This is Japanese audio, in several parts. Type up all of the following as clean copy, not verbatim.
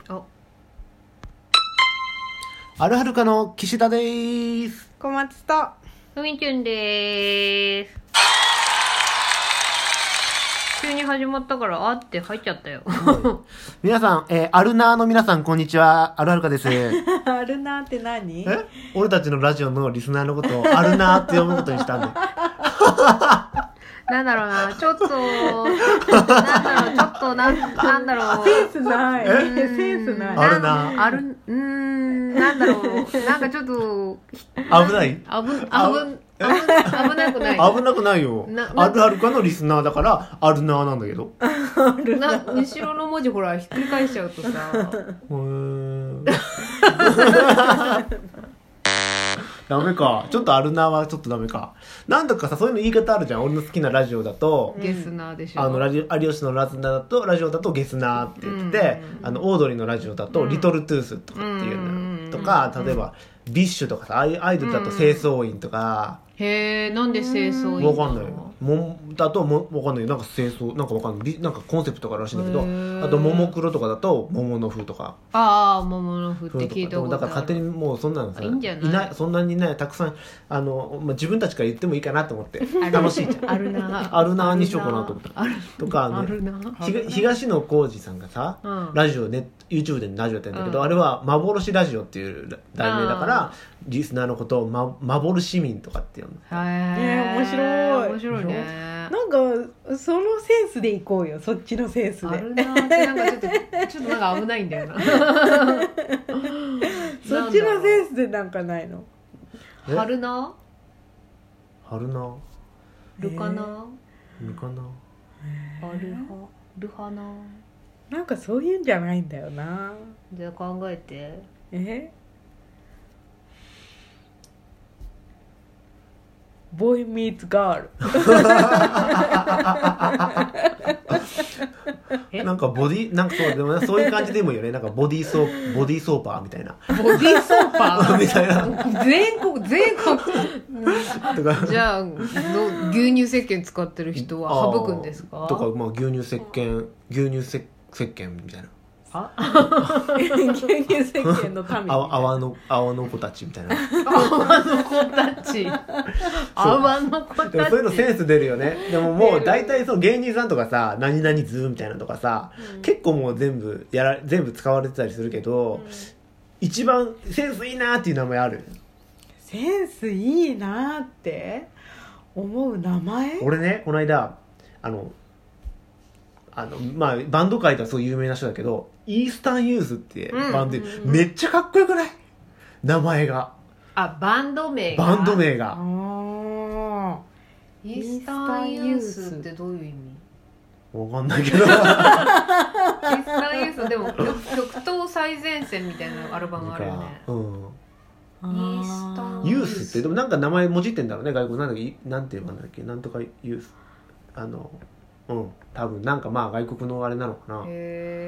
あ、 あるはるかの岸田でーす。 小松とふみちゅんでーす。急に始まったからあって入っちゃったよ。 皆さん、アルナーの皆さんこんにちは。あるはるかです。 あるなって何？ 俺たちのラジオのリスナーのことをアルナーって呼ぶことにしたんで。 なんだろうな、ちょっと、なんだろう。 センスない。センスない。 あるな。 なんだろう。なんかちょっと、 危ない？ 危なくない。 危なくないよ。あるはるかのリスナーだからアルナーなんだけど。 後ろの文字ほらひっくり返しちゃうとさ。 ダメか。ちょっとアルナーはちょっとダメか。なんだかさ、そういうの言い方あるじゃん。俺の好きなラジオだと。 ゲスナーでしょ。 有吉のラジオだとゲスナーって言って、オードリーのラジオだとリトルトゥースとかっていうのとか、例えばビッシュとかさ、ああいうアイドルだと清掃員とか。 へー、なんで清掃員わかんない。だとわかんない。なんか清掃、なんかわかんない。なんかコンセプトかららしいんだけど、あとももクロとかだと桃の風とか。 ああ、桃の風って聞いたことある。 だから勝手にもうそんなのさ、 いいんじゃない？ そんなにいない、たくさん自分たちから言ってもいいかなと思って楽しいじゃん。 あるなあるなにしようかなと思った。とか東野幸治さんがさ、ラジオね YouTube でラジオやってるんだけど、あれは幻ラジオっていう題名だからリスナーのことを幻市民とかって呼んで。 面白い。 面白いね。 なんかそのセンスでいこうよ。そっちのセンスで。 あるなーってなんかちょっとなんか危ないんだよな。 そっちのセンスでなんかないの？ 春な？ 春な？ ルカな？ ルカな？ ルハな？ なんかそういうんじゃないんだよな。 じゃあ考えて。 ボーイミーツガール。 なんかなんかでもそういう感じでもいいよね。なんかボディーソーパーみたいな。 ボディーソーパーみたいな。 全国じゃあ牛乳石鹸使ってる人は省くんですか？ とか、まあ、牛乳石鹸みたいな。 牛乳石鹸のために泡の子たちみたいな。 泡の子たち。泡の子たち。 そういうのセンス出るよね。でももう大体その芸人さんとかさ、何々ズみたいなのとかさ、結構もう全部使われてたりするけど、一番センスいいなっていう名前ある？ センスいいなって思う名前？ 俺ね、この間まあバンド界ではすごい有名な人だけど、イースタンユースってバンドで、めっちゃかっこよくない？名前が。 バンド名が。イースタンユースってどういう意味？ わかんないけど。イースタンユースでも極東最前線みたいなアルバムあるよね。イースタンユースってでもなんか名前もじってんだろうね、外国。なんていうバンドだっけ、なんとかユース。多分なんかまあ外国のあれなのかな。そうか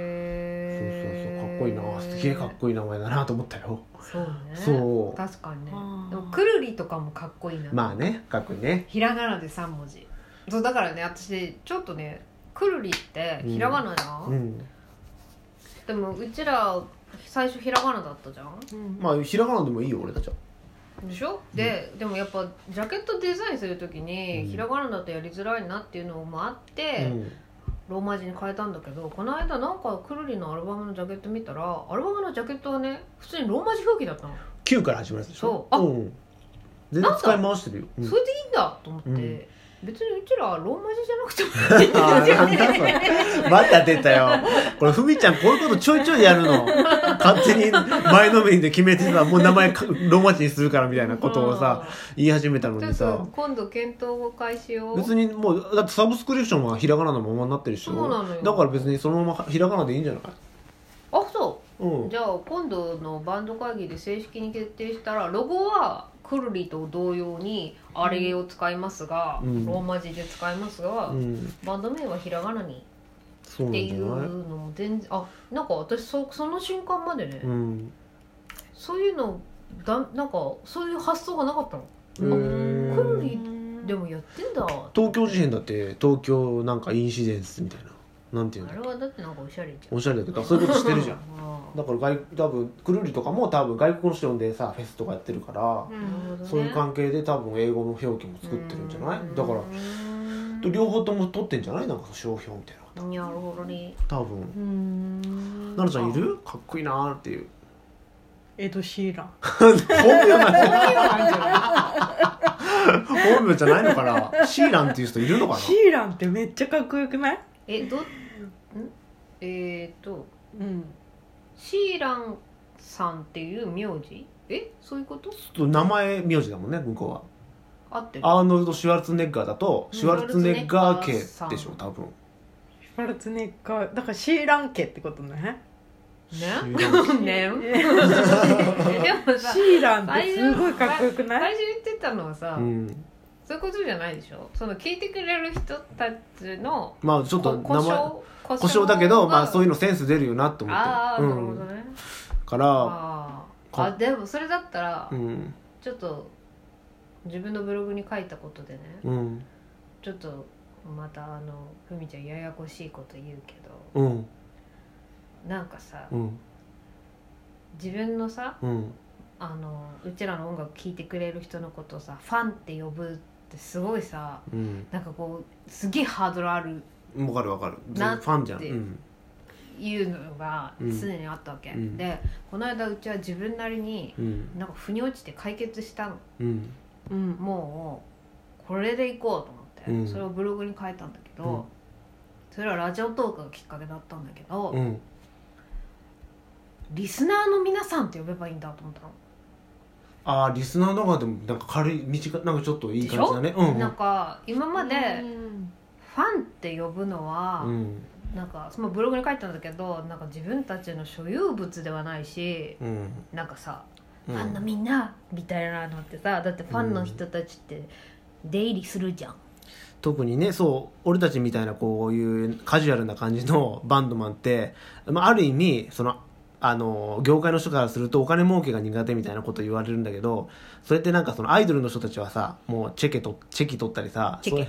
っこいいな。すげえかっこいい名前だなと思ったよ。 そうね。 そう。 確かにね。でもくるりとかもかっこいいな。 まあね、かっこいいね。 ひらがなで3文字。そうだからね、私ちょっとね、くるりってひらがなやん。でもうちら最初ひらがなだったじゃん。 まあひらがなでもいいよ俺たちは。 でしょ？でもやっぱジャケットデザインするときにひらがなだとやりづらいなっていうのもあって、ローマ字に変えたんだけど、この間なんかくるりのアルバムのジャケット見たら、アルバムのジャケットはね普通にローマ字表記だったの。 Q から始まるやつでしょ。 そう全然使い回してるよ。 それでいいんだと思って、別にうちらローマ字じゃなくてもいい。 また出たよ。これふみちゃんこういうことちょいちょいやるの。勝手に前のめりで決めてさ、もう名前ローマ字にするからみたいなことをさ言い始めたのにさ、 今度検討を開始よ。 別にもうだってサブスクリプションはひらがなのままになってるでしょ。 そうなのよ。 だから別にそのままひらがなでいいんじゃない？ そう、じゃあ今度のバンド会議で正式に決定したら、ロゴはくるりと同様にあれを使いますが、ローマ字で使いますが、バンド名はひらがなにっていうのも全然なんか私その瞬間までね、そういうのなんかそういう発想がなかったの。くるりでもやってんだ。 東京事変だって東京なんかインシデンスみたいな、なんていうの、 あれはだってなんかおしゃれじゃん。 おしゃれだけどそういうことしてるじゃん。 だから多分くるりとかも多分外国の人呼んでさフェスとかやってるから、そういう関係で多分英語の表記も作ってるんじゃない？だから両方とも取ってんじゃない？なんか商標みたいな。 なるほどね。 多分。奈々ちゃんいる？かっこいいなーっていう。 エド・シーラン。 本名じゃないのかな。シーランっていう人いるのかな。 シーランってめっちゃかっこよくない？ シーランさんっていう名字？そういうこと？ 名前名字だもんね向こうは。 合ってる。 アーノルド・シュワルツェネッガーだとシュワルツェネッガー家でしょ多分。 シュワルツェネッガーだからシーラン家ってことね。 ねでもさ、 シーランってすごいかっこよくない？ 最初言ってたのはさ、そういうことじゃないでしょ。その聞いてくれる人たちのまあちょっと名前故障だけど、まあそういうのセンス出るよなと思って。 なるほどね。 からでもそれだったら、ちょっと自分のブログに書いたことでね、ちょっとまたふみちゃんややこしいこと言うけど、なんかさ、自分のさ、うちらの音楽聴いてくれる人のことをさファンって呼ぶってすごいさ、なんかこうすげえハードルある。 わかるファンじゃん。 いうのが常にあったわけ、でこの間うちは自分なりになんか腑に落ちて解決したの、もうこれでいこうと思って、それをブログに書いたんだけど、それはラジオトークがきっかけだったんだけど、リスナーの皆さんって呼べばいいんだと思ったの。 リスナーの方でもなんか軽い短いなんかちょっといい感じだね。 なんか今までファンって呼ぶのは、なんかそのブログに書いたんだけど、なんか自分たちの所有物ではないし、なんかさ、ファンのみんなみたいなのってさ、だってファンの人たちって出入りするじゃん。 特にね、そう俺たちみたいなこういうカジュアルな感じのバンドマンって、ある意味その業界の人からするとお金儲けが苦手みたいなこと言われるんだけど、それってなんかそのアイドルの人たちはさ、もうチェキ取ったりさ、もうフ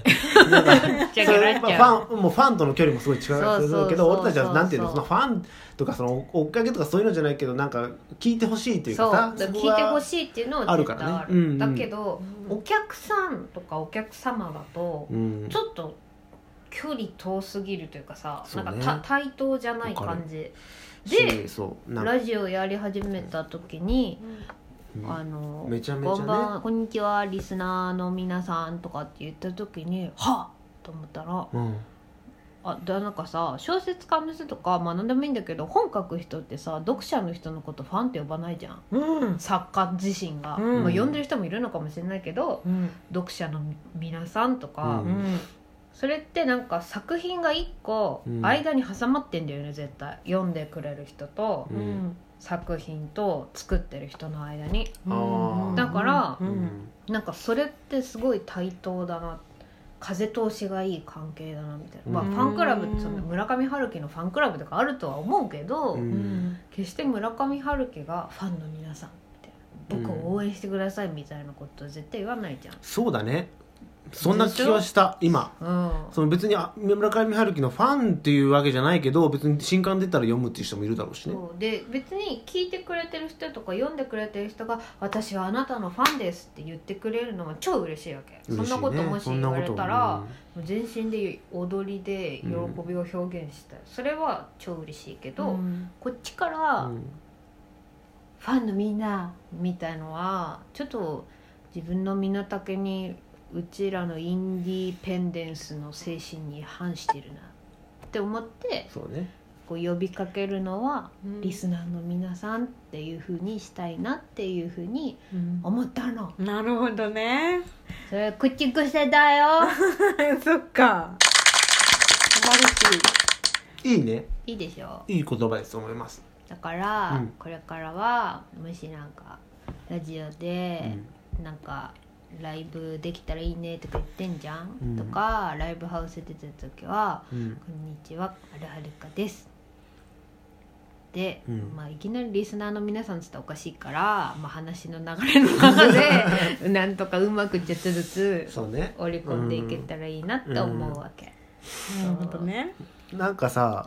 ァンとの距離もすごい近いけど、俺たちはなんていうの、そのファンとかその追っかけとかそういうのじゃないけど、なんか聞いてほしいっていうかさ、 聞いてほしいっていうのは絶対ある。だけどお客さんとかお客様だとちょっと距離遠すぎるというかさ、なんか対等じゃない感じで、ラジオやり始めた時に、 めちゃめちゃね、 こんにちはリスナーの皆さんとかって言った時にはっと思ったら、なんかさ小説家の人とか、何でもいいんだけど本書く人ってさ読者の人のことファンって呼ばないじゃん、作家自身が、呼んでる人もいるのかもしれないけど、読者の皆さんとか、それってなんか作品が1個間に挟まってんだよね、絶対読んでくれる人と、作品と作ってる人の間に、だから、なんかそれってすごい対等だな、風通しがいい関係だなみたいな、ファンクラブってその村上春樹のファンクラブとかあるとは思うけど、決して村上春樹がファンの皆さんみたいな、僕を応援してくださいみたいなこと絶対言わないじゃん。 そうだね、そんな気はした今、その別に村上春樹のファンっていうわけじゃないけど、別に新刊出たら読むっていう人もいるだろうしね。 で別に聞いてくれてる人とか読んでくれてる人が私はあなたのファンですって言ってくれるのは超嬉しいわけ、そんなこともし言われたら、全身で踊りで喜びを表現した、それは超嬉しいけど、こっちから、ファンのみんなみたいのはちょっと自分の身の丈にうちらのインディペンデンスの精神に反してるなって思って、 そうね、 こう呼びかけるのは、リスナーの皆さんっていう風にしたいなっていう風に思ったの、 なるほどね、 それ口癖だよそっか、素晴らしい、いいね、 いいでしょ、 いい言葉ですと思います。 だから、これからはもしなんかラジオでなんかライブできたらいいねとか言ってんじゃん、とかライブハウス出てた時は、こんにちはあるはるかですで、いきなりリスナーの皆さんって言ったらおかしいから、話の流れの中でなんとかうまくちょっとずつ織り込んでいけたらいいなって思うわけ。 なるほどね。 なんかさ、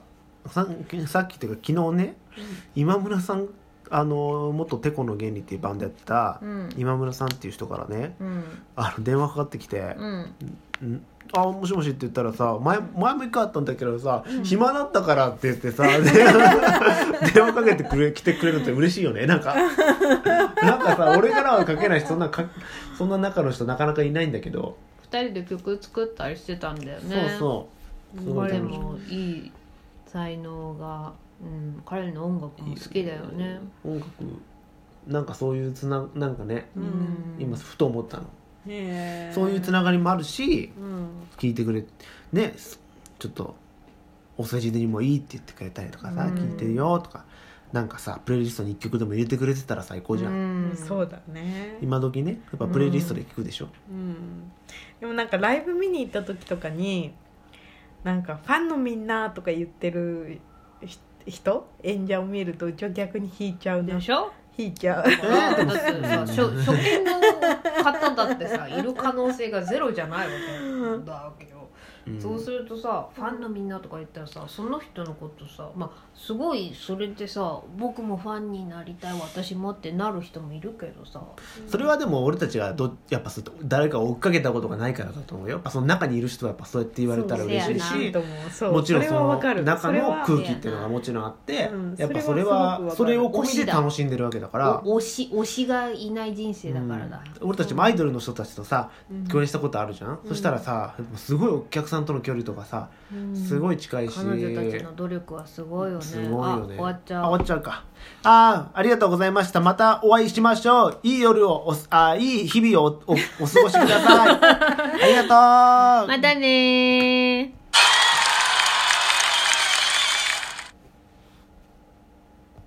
さっきっていうか昨日ね、今村さん元テコの原理っていうバンドやってた今村さんっていう人からね、電話かかってきて、あ、もしもしって言ったらさ、前も一回あったんだけどさ、暇だったからって言ってさ、電話かけて来てくれるって嬉しいよね。なんかさ、俺からはかけないし、そんな中の人なかなかいないんだけど、 2人で曲作ったりしてたんだよね。そう彼もいい才能が、彼の音楽も好きだよね。 音楽なんかそういうなんかね、今ふと思ったの。そういうつながりもあるし、聞いてくれね、ちょっとお世辞にもいいって言ってくれたりとかさ、聞いてるよとか、なんかさプレイリストに1曲でも入れてくれてたら最高じゃん。 そうだね。 今時ね、やっぱプレイリストで聞くでしょ。 でもなんかライブ見に行った時とかに、なんかファンのみんなとか言ってる人演者を見ると逆に弾いちゃうでしょ。 引いちゃう。 だってさ、初見の方だってさ、いる可能性がゼロじゃないわけだけど、そうするとさ、ファンのみんなとか言ったらさ、その人のことさ、すごいそれでさ、僕もファンになりたい、私もってなる人もいるけどさ、 それはでも俺たちがやっぱ誰かを追っかけたことがないからだと思うよ。やっぱその中にいる人はやっぱそうやって言われたら嬉しいし、もちろんその中の空気っていうのがもちろんあって、やっぱそれを込みで楽しんでるわけだから、 推しがいない人生だからだ。 俺たちもアイドルの人たちとさ共演したことあるじゃん。そしたらさ、すごいお客さんとの距離とかさ、すごい近いし、 彼女たちの努力はすごいよね。 すごいよね。 終わっちゃう。 終わっちゃうか。ありがとうございました。またお会いしましょう。いい夜をいい日々をお過ごしください。ありがとう。 またねー。